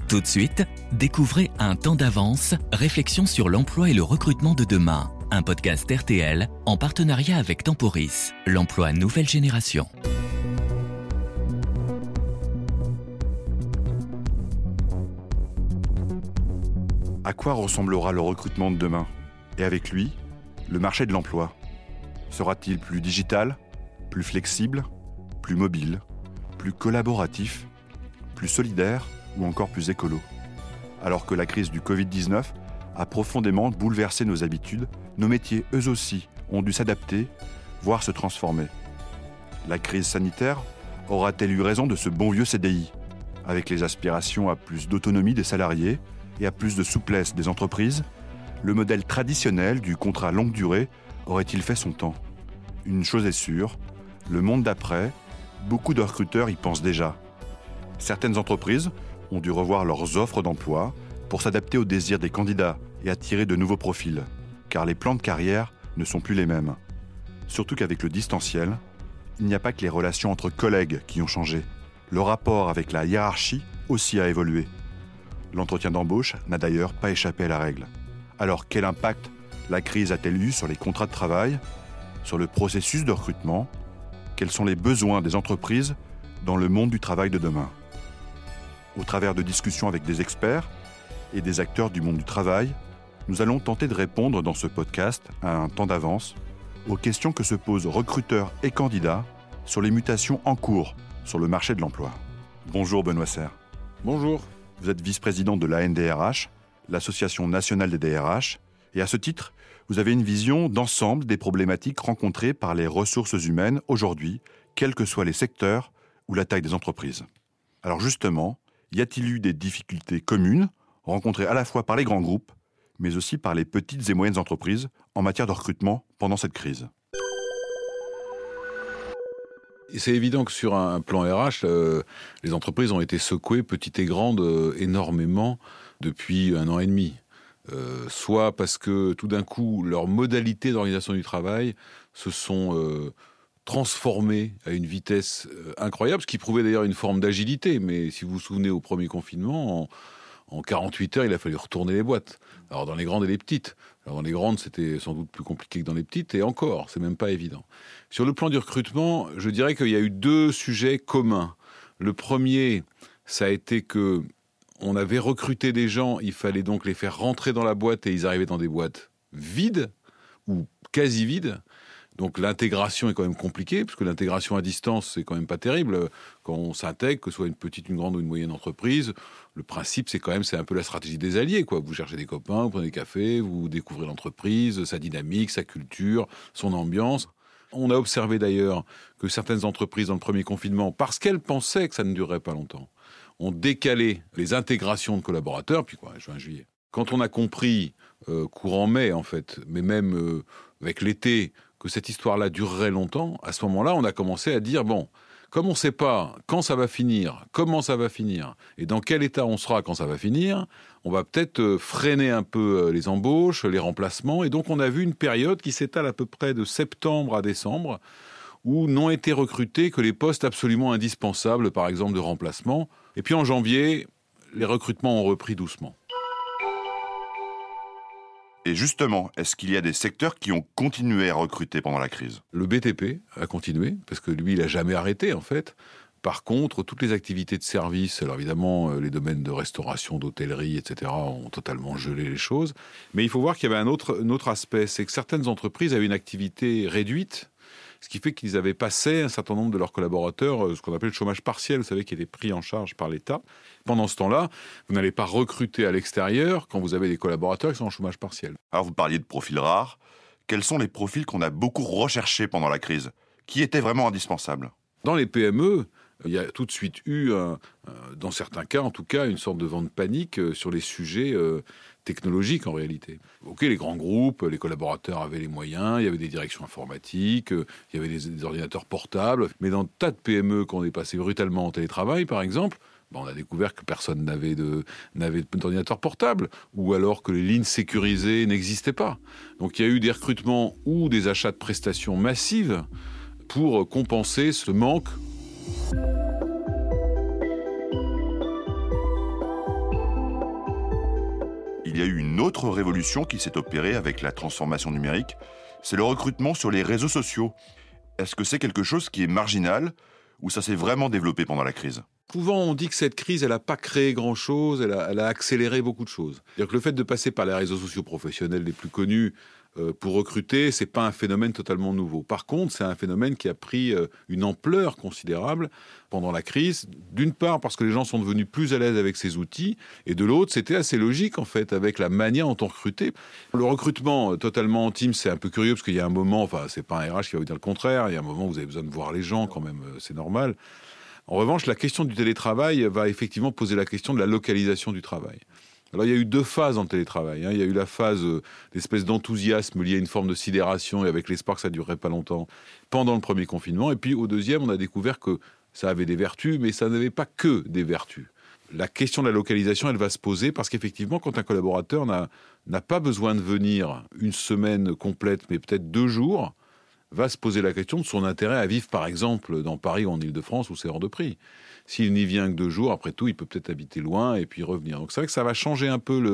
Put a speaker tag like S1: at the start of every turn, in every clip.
S1: Tout de suite, découvrez Un temps d'avance, réflexion sur l'emploi et le recrutement de demain. Un podcast RTL en partenariat avec Temporis, l'emploi nouvelle génération.
S2: À quoi ressemblera le recrutement de demain ? Et avec lui, le marché de l'emploi ? Sera-t-il plus digital, plus flexible, plus mobile, plus collaboratif, plus solidaire ou encore plus écolo ? Alors que la crise du Covid-19 a profondément bouleversé nos habitudes, nos métiers, eux aussi, ont dû s'adapter, voire se transformer. La crise sanitaire aura-t-elle eu raison de ce bon vieux CDI, avec les aspirations à plus d'autonomie des salariés et à plus de souplesse des entreprises? Le modèle traditionnel du contrat longue durée aurait-il fait son temps ? Une chose est sûre, le monde d'après, beaucoup de recruteurs y pensent déjà. Certaines entreprises ont dû revoir leurs offres d'emploi pour s'adapter aux désirs des candidats et attirer de nouveaux profils, car les plans de carrière ne sont plus les mêmes. Surtout qu'avec le distanciel, il n'y a pas que les relations entre collègues qui ont changé. Le rapport avec la hiérarchie aussi a évolué. L'entretien d'embauche n'a d'ailleurs pas échappé à la règle. Alors quel impact la crise a-t-elle eu sur les contrats de travail, sur le processus de recrutement ? Quels sont les besoins des entreprises dans le monde du travail de demain ? Au travers de discussions avec des experts et des acteurs du monde du travail, nous allons tenter de répondre dans ce podcast à un temps d'avance aux questions que se posent recruteurs et candidats sur les mutations en cours sur le marché de l'emploi. Bonjour Benoît Serre.
S3: Bonjour.
S2: Vous êtes vice-président de l'ANDRH, l'Association nationale des DRH, et à ce titre, vous avez une vision d'ensemble des problématiques rencontrées par les ressources humaines aujourd'hui, quels que soient les secteurs ou la taille des entreprises. Alors justement, y a-t-il eu des difficultés communes rencontrées à la fois par les grands groupes, mais aussi par les petites et moyennes entreprises en matière de recrutement pendant cette crise ?
S3: Et c'est évident que sur un plan RH, les entreprises ont été secouées, petites et grandes, énormément depuis 1 an et demi. Soit parce que tout d'un coup, leurs modalités d'organisation du travail se sont transformées à une vitesse incroyable, ce qui prouvait d'ailleurs une forme d'agilité. Mais si vous vous souvenez, au premier confinement, en 48 heures, il a fallu retourner les boîtes. Alors dans les grandes et les petites. Alors dans les grandes, c'était sans doute plus compliqué que dans les petites, et encore, c'est même pas évident. Sur le plan du recrutement, je dirais qu'il y a eu 2 sujets communs. Le premier, ça a été que on avait recruté des gens, il fallait donc les faire rentrer dans la boîte, et ils arrivaient dans des boîtes vides, ou quasi vides. Donc l'intégration est quand même compliquée, parce que l'intégration à distance, c'est quand même pas terrible. Quand on s'intègre, que ce soit une petite, une grande ou une moyenne entreprise, le principe, c'est un peu la stratégie des alliés, quoi. Vous cherchez des copains, vous prenez des cafés, vous découvrez l'entreprise, sa dynamique, sa culture, son ambiance. On a observé d'ailleurs que certaines entreprises dans le premier confinement, parce qu'elles pensaient que ça ne durerait pas longtemps, ont décalé les intégrations de collaborateurs, puis juin, juillet. Quand on a compris, courant mai en fait, mais même avec l'été, que cette histoire-là durerait longtemps, à ce moment-là, on a commencé à dire, bon, comme on ne sait pas quand ça va finir, comment ça va finir, et dans quel état on sera quand ça va finir, on va peut-être freiner un peu les embauches, les remplacements, et donc on a vu une période qui s'étale à peu près de septembre à décembre, où n'ont été recrutés que les postes absolument indispensables, par exemple de remplacement. Et puis en janvier, les recrutements ont repris doucement.
S2: Et justement, est-ce qu'il y a des secteurs qui ont continué à recruter pendant la crise ?
S3: Le BTP a continué, parce que lui, il n'a jamais arrêté, en fait. Par contre, toutes les activités de service, alors évidemment, les domaines de restauration, d'hôtellerie, etc., ont totalement gelé les choses. Mais il faut voir qu'il y avait un autre aspect, c'est que certaines entreprises avaient une activité réduite, ce qui fait qu'ils avaient passé un certain nombre de leurs collaborateurs, ce qu'on appelle le chômage partiel, vous savez, qui était pris en charge par l'État. Pendant ce temps-là, vous n'allez pas recruter à l'extérieur quand vous avez des collaborateurs qui sont en chômage partiel.
S2: Alors vous parliez de profils rares. Quels sont les profils qu'on a beaucoup recherchés pendant la crise ? Qui étaient vraiment indispensables ?
S3: Dans les PME, il y a tout de suite eu, dans certains cas en tout cas, une sorte de vent de panique sur les sujets technologiques en réalité. Ok, les grands groupes, les collaborateurs avaient les moyens, il y avait des directions informatiques, il y avait des ordinateurs portables, mais dans tas de PME, quand on est passé brutalement en télétravail par exemple, on a découvert que personne n'avait d'ordinateur portable, ou alors que les lignes sécurisées n'existaient pas. Donc il y a eu des recrutements ou des achats de prestations massives pour compenser ce manque.
S2: il y a eu une autre révolution qui s'est opérée avec la transformation numérique. C'est le recrutement sur les réseaux sociaux. Est-ce que c'est quelque chose qui est marginal ou ça s'est vraiment développé pendant la crise ?
S3: Souvent, on dit que cette crise, elle n'a pas créé grand-chose, elle a accéléré beaucoup de choses. C'est-à-dire que le fait de passer par les réseaux sociaux professionnels les plus connus pour recruter, c'est pas un phénomène totalement nouveau. Par contre, c'est un phénomène qui a pris une ampleur considérable pendant la crise. D'une part, parce que les gens sont devenus plus à l'aise avec ces outils, et de l'autre, c'était assez logique, en fait, avec la manière dont on recrutait. Le recrutement totalement en team, c'est un peu curieux, parce qu'il y a un moment, enfin, c'est pas un RH qui va vous dire le contraire, il y a un moment où vous avez besoin de voir les gens, quand même, c'est normal. En revanche, la question du télétravail va effectivement poser la question de la localisation du travail. Alors, il y a eu deux phases dans le télétravail. Il y a eu la phase d'espèce d'enthousiasme lié à une forme de sidération et avec l'espoir que ça ne durerait pas longtemps pendant le premier confinement. Et puis, au deuxième, on a découvert que ça avait des vertus, mais ça n'avait pas que des vertus. La question de la localisation, elle va se poser parce qu'effectivement, quand un collaborateur n'a pas besoin de venir une semaine complète, mais peut-être 2 jours, va se poser la question de son intérêt à vivre, par exemple, dans Paris ou en Île-de-France, où c'est hors de prix. S'il n'y vient que 2 jours, après tout, il peut peut-être habiter loin et puis revenir. Donc c'est vrai que ça va changer un peu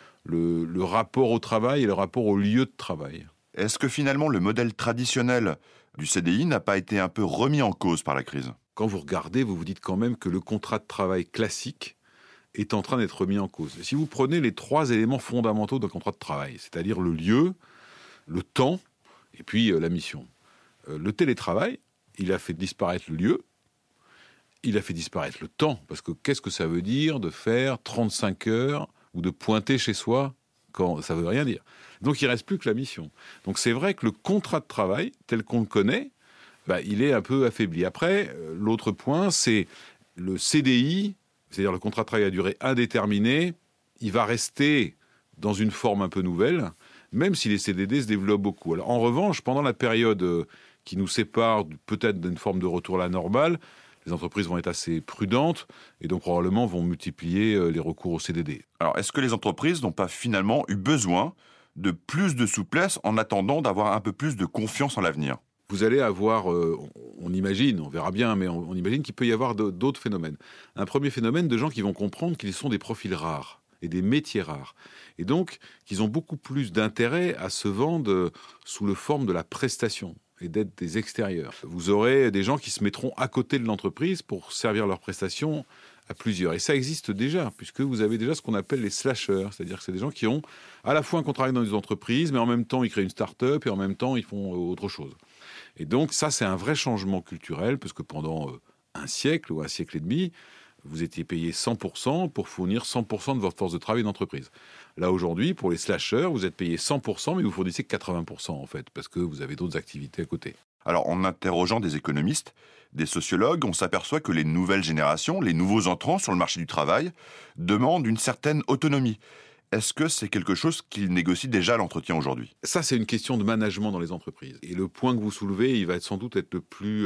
S3: le rapport au travail et le rapport au lieu de travail.
S2: Est-ce que finalement le modèle traditionnel du CDI n'a pas été un peu remis en cause par la crise ?
S3: Quand vous regardez, vous vous dites quand même que le contrat de travail classique est en train d'être remis en cause. Si vous prenez les 3 éléments fondamentaux d'un contrat de travail, c'est-à-dire le lieu, le temps et puis la mission. Le télétravail, il a fait disparaître le lieu, il a fait disparaître le temps, parce que qu'est-ce que ça veut dire de faire 35 heures ou de pointer chez soi quand ça veut rien dire. Donc il ne reste plus que la mission. Donc c'est vrai que le contrat de travail, tel qu'on le connaît, il est un peu affaibli. Après, l'autre point, c'est le CDI, c'est-à-dire le contrat de travail à durée indéterminée, il va rester dans une forme un peu nouvelle, même si les CDD se développent beaucoup. Alors, en revanche, pendant la période qui nous sépare peut-être d'une forme de retour à la normale, les entreprises vont être assez prudentes et donc probablement vont multiplier les recours au CDD.
S2: Alors, est-ce que les entreprises n'ont pas finalement eu besoin de plus de souplesse en attendant d'avoir un peu plus de confiance en l'avenir ?
S3: Vous allez avoir, on imagine, on verra bien, mais on imagine qu'il peut y avoir d'autres phénomènes. Un premier phénomène de gens qui vont comprendre qu'ils sont des profils rares et des métiers rares. Et donc, qu'ils ont beaucoup plus d'intérêt à se vendre sous la forme de la prestation et d'être des extérieurs. Vous aurez des gens qui se mettront à côté de l'entreprise pour servir leurs prestations à plusieurs. Et ça existe déjà, puisque vous avez déjà ce qu'on appelle les slashers, c'est-à-dire que c'est des gens qui ont à la fois un contrat dans des entreprises, mais en même temps, ils créent une start-up et en même temps, ils font autre chose. Et donc, ça, c'est un vrai changement culturel, parce que pendant un siècle ou un siècle et demi, vous étiez payé 100% pour fournir 100% de votre force de travail d'entreprise. Là, aujourd'hui, pour les slashers, vous êtes payé 100%, mais vous fournissez 80% en fait, parce que vous avez d'autres activités à côté.
S2: Alors, en interrogeant des économistes, des sociologues, on s'aperçoit que les nouvelles générations, les nouveaux entrants sur le marché du travail, demandent une certaine autonomie. Est-ce que c'est quelque chose qu'ils négocient déjà à l'entretien aujourd'hui ?
S3: Ça, c'est une question de management dans les entreprises. Et le point que vous soulevez, il va sans doute être le plus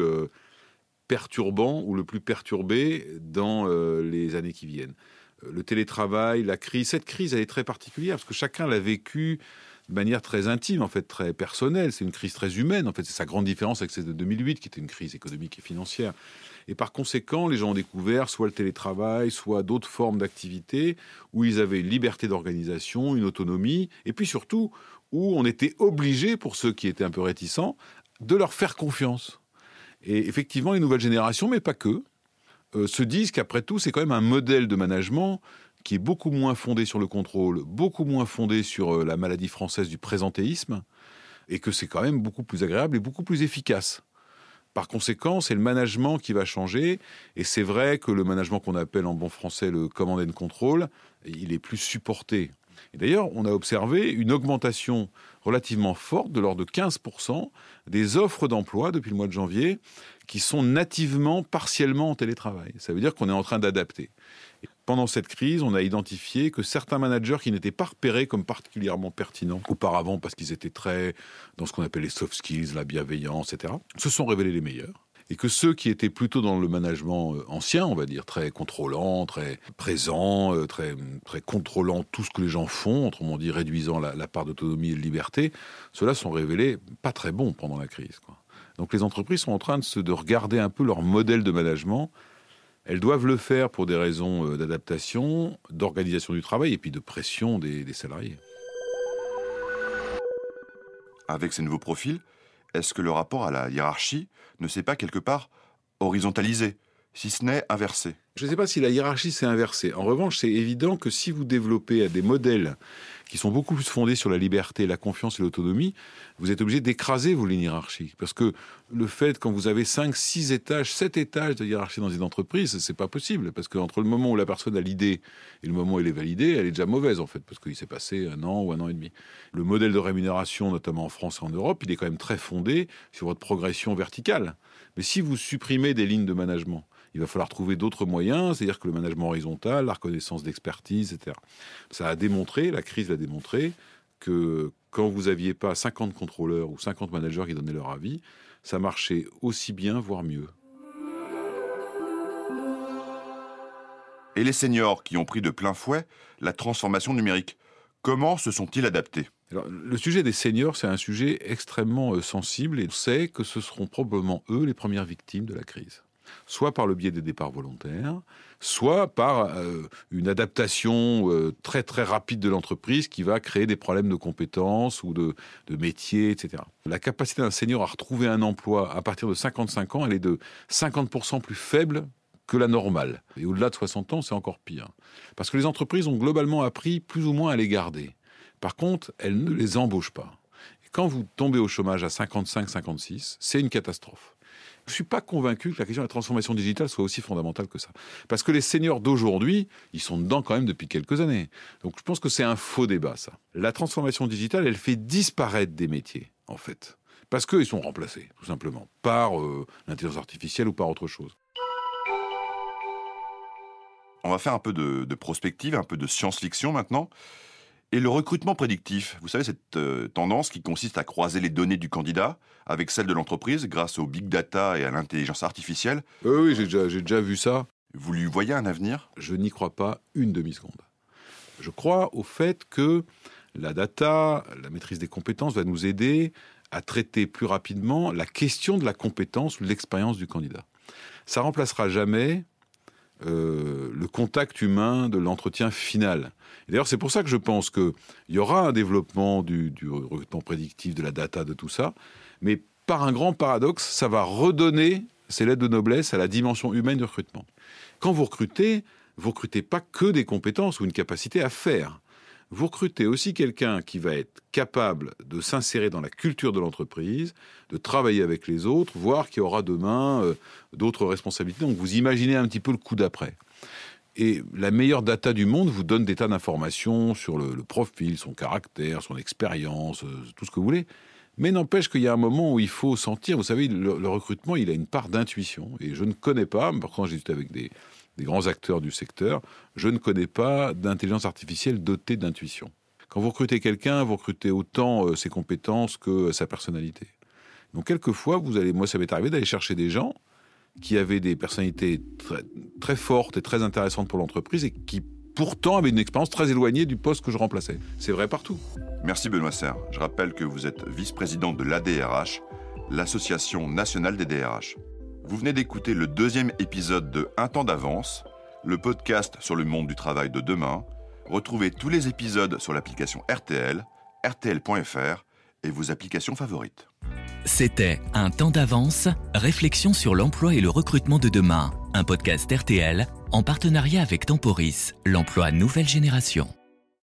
S3: perturbant ou le plus perturbé dans les années qui viennent. Le télétravail, la crise, cette crise, elle est très particulière parce que chacun l'a vécue de manière très intime, en fait, très personnelle. C'est une crise très humaine, en fait. C'est sa grande différence avec celle de 2008, qui était une crise économique et financière. Et par conséquent, les gens ont découvert soit le télétravail, soit d'autres formes d'activité où ils avaient une liberté d'organisation, une autonomie, et puis surtout où on était obligé, pour ceux qui étaient un peu réticents, de leur faire confiance. Et effectivement, les nouvelles générations, mais pas que, se disent qu'après tout, c'est quand même un modèle de management qui est beaucoup moins fondé sur le contrôle, beaucoup moins fondé sur la maladie française du présentéisme, et que c'est quand même beaucoup plus agréable et beaucoup plus efficace. Par conséquent, c'est le management qui va changer, et c'est vrai que le management qu'on appelle en bon français le command and control, il est plus supporté. Et d'ailleurs, on a observé une augmentation relativement forte, de l'ordre de 15%, des offres d'emploi depuis le mois de janvier qui sont nativement, partiellement en télétravail. Ça veut dire qu'on est en train d'adapter. Et pendant cette crise, on a identifié que certains managers qui n'étaient pas repérés comme particulièrement pertinents auparavant parce qu'ils étaient très dans ce qu'on appelle les soft skills, la bienveillance, etc., se sont révélés les meilleurs. Et que ceux qui étaient plutôt dans le management ancien, on va dire, très contrôlant, très présent, très contrôlant tout ce que les gens font, autrement dit réduisant la part d'autonomie et de liberté, ceux-là sont révélés pas très bons pendant la crise, quoi. Donc les entreprises sont en train de regarder un peu leur modèle de management Elles doivent le faire pour des raisons d'adaptation, d'organisation du travail et puis de pression des salariés.
S2: Avec ces nouveaux profils, est-ce que le rapport à la hiérarchie ne s'est pas quelque part horizontalisé, si ce n'est inversé ?
S3: Je ne sais pas si la hiérarchie s'est inversée. En revanche, c'est évident que si vous développez des modèles qui sont beaucoup plus fondés sur la liberté, la confiance et l'autonomie, vous êtes obligé d'écraser vos lignes hiérarchiques. Parce que le fait, quand vous avez 5, 6 étages, 7 étages de hiérarchie dans une entreprise, c'est pas possible. Parce qu'entre le moment où la personne a l'idée et le moment où elle est validée, elle est déjà mauvaise, en fait, parce qu'il s'est passé 1 an ou 1 an et demi. Le modèle de rémunération, notamment en France et en Europe, il est quand même très fondé sur votre progression verticale. Mais si vous supprimez des lignes de management, il va falloir trouver d'autres moyens, c'est-à-dire que le management horizontal, la reconnaissance d'expertise, etc. Ça a démontré, la crise l'a démontré, que quand vous n'aviez pas 50 contrôleurs ou 50 managers qui donnaient leur avis, ça marchait aussi bien, voire mieux.
S2: Et les seniors qui ont pris de plein fouet la transformation numérique, comment se sont-ils adaptés ?
S3: Alors, le sujet des seniors, c'est un sujet extrêmement sensible et on sait que ce seront probablement eux les premières victimes de la crise. Soit par le biais des départs volontaires, soit par une adaptation très très rapide de l'entreprise qui va créer des problèmes de compétences ou de métiers, etc. La capacité d'un senior à retrouver un emploi à partir de 55 ans, elle est de 50% plus faible que la normale. Et au-delà de 60 ans, c'est encore pire. Parce que les entreprises ont globalement appris plus ou moins à les garder. Par contre, elles ne les embauchent pas. Et quand vous tombez au chômage à 55-56, c'est une catastrophe. Je ne suis pas convaincu que la question de la transformation digitale soit aussi fondamentale que ça. Parce que les seniors d'aujourd'hui, ils sont dedans quand même depuis quelques années. Donc je pense que c'est un faux débat, ça. La transformation digitale, elle fait disparaître des métiers, en fait. Parce qu'ils sont remplacés, tout simplement, par l'intelligence artificielle ou par autre chose.
S2: On va faire un peu de prospective, un peu de science-fiction maintenant. Et le recrutement prédictif, vous savez, cette tendance qui consiste à croiser les données du candidat avec celles de l'entreprise grâce au big data et à l'intelligence artificielle.
S3: Oui, j'ai déjà vu ça.
S2: Vous lui voyez un avenir ?
S3: Je n'y crois pas une demi-seconde. Je crois au fait que la data, la maîtrise des compétences va nous aider à traiter plus rapidement la question de la compétence ou de l'expérience du candidat. Ça remplacera jamais le contact humain de l'entretien final. Et d'ailleurs, c'est pour ça que je pense qu'il y aura un développement du recrutement prédictif, de la data, de tout ça, mais par un grand paradoxe, ça va redonner ses lettres de noblesse à la dimension humaine du recrutement. Quand vous recrutez pas que des compétences ou une capacité à faire. Vous recrutez aussi quelqu'un qui va être capable de s'insérer dans la culture de l'entreprise, de travailler avec les autres, voire qui aura demain d'autres responsabilités. Donc vous imaginez un petit peu le coup d'après. Et la meilleure data du monde vous donne des tas d'informations sur le profil, son caractère, son expérience, tout ce que vous voulez. Mais n'empêche qu'il y a un moment où il faut sentir, vous savez, le recrutement, il a une part d'intuition. Et je ne connais pas, par contre j'ai été avec des grands acteurs du secteur, je ne connais pas d'intelligence artificielle dotée d'intuition. Quand vous recrutez quelqu'un, vous recrutez autant ses compétences que sa personnalité. Donc quelquefois, moi ça m'est arrivé d'aller chercher des gens qui avaient des personnalités très, très fortes et très intéressantes pour l'entreprise et qui pourtant avaient une expérience très éloignée du poste que je remplaçais. C'est vrai partout.
S2: Merci Benoît Serre. Je rappelle que vous êtes vice-président de l'ADRH, l'Association nationale des DRH. Vous venez d'écouter le 2e épisode de Un temps d'avance, le podcast sur le monde du travail de demain. Retrouvez tous les épisodes sur l'application RTL, rtl.fr et vos applications favorites.
S1: C'était Un temps d'avance, réflexion sur l'emploi et le recrutement de demain. Un podcast RTL en partenariat avec Temporis, l'emploi nouvelle génération.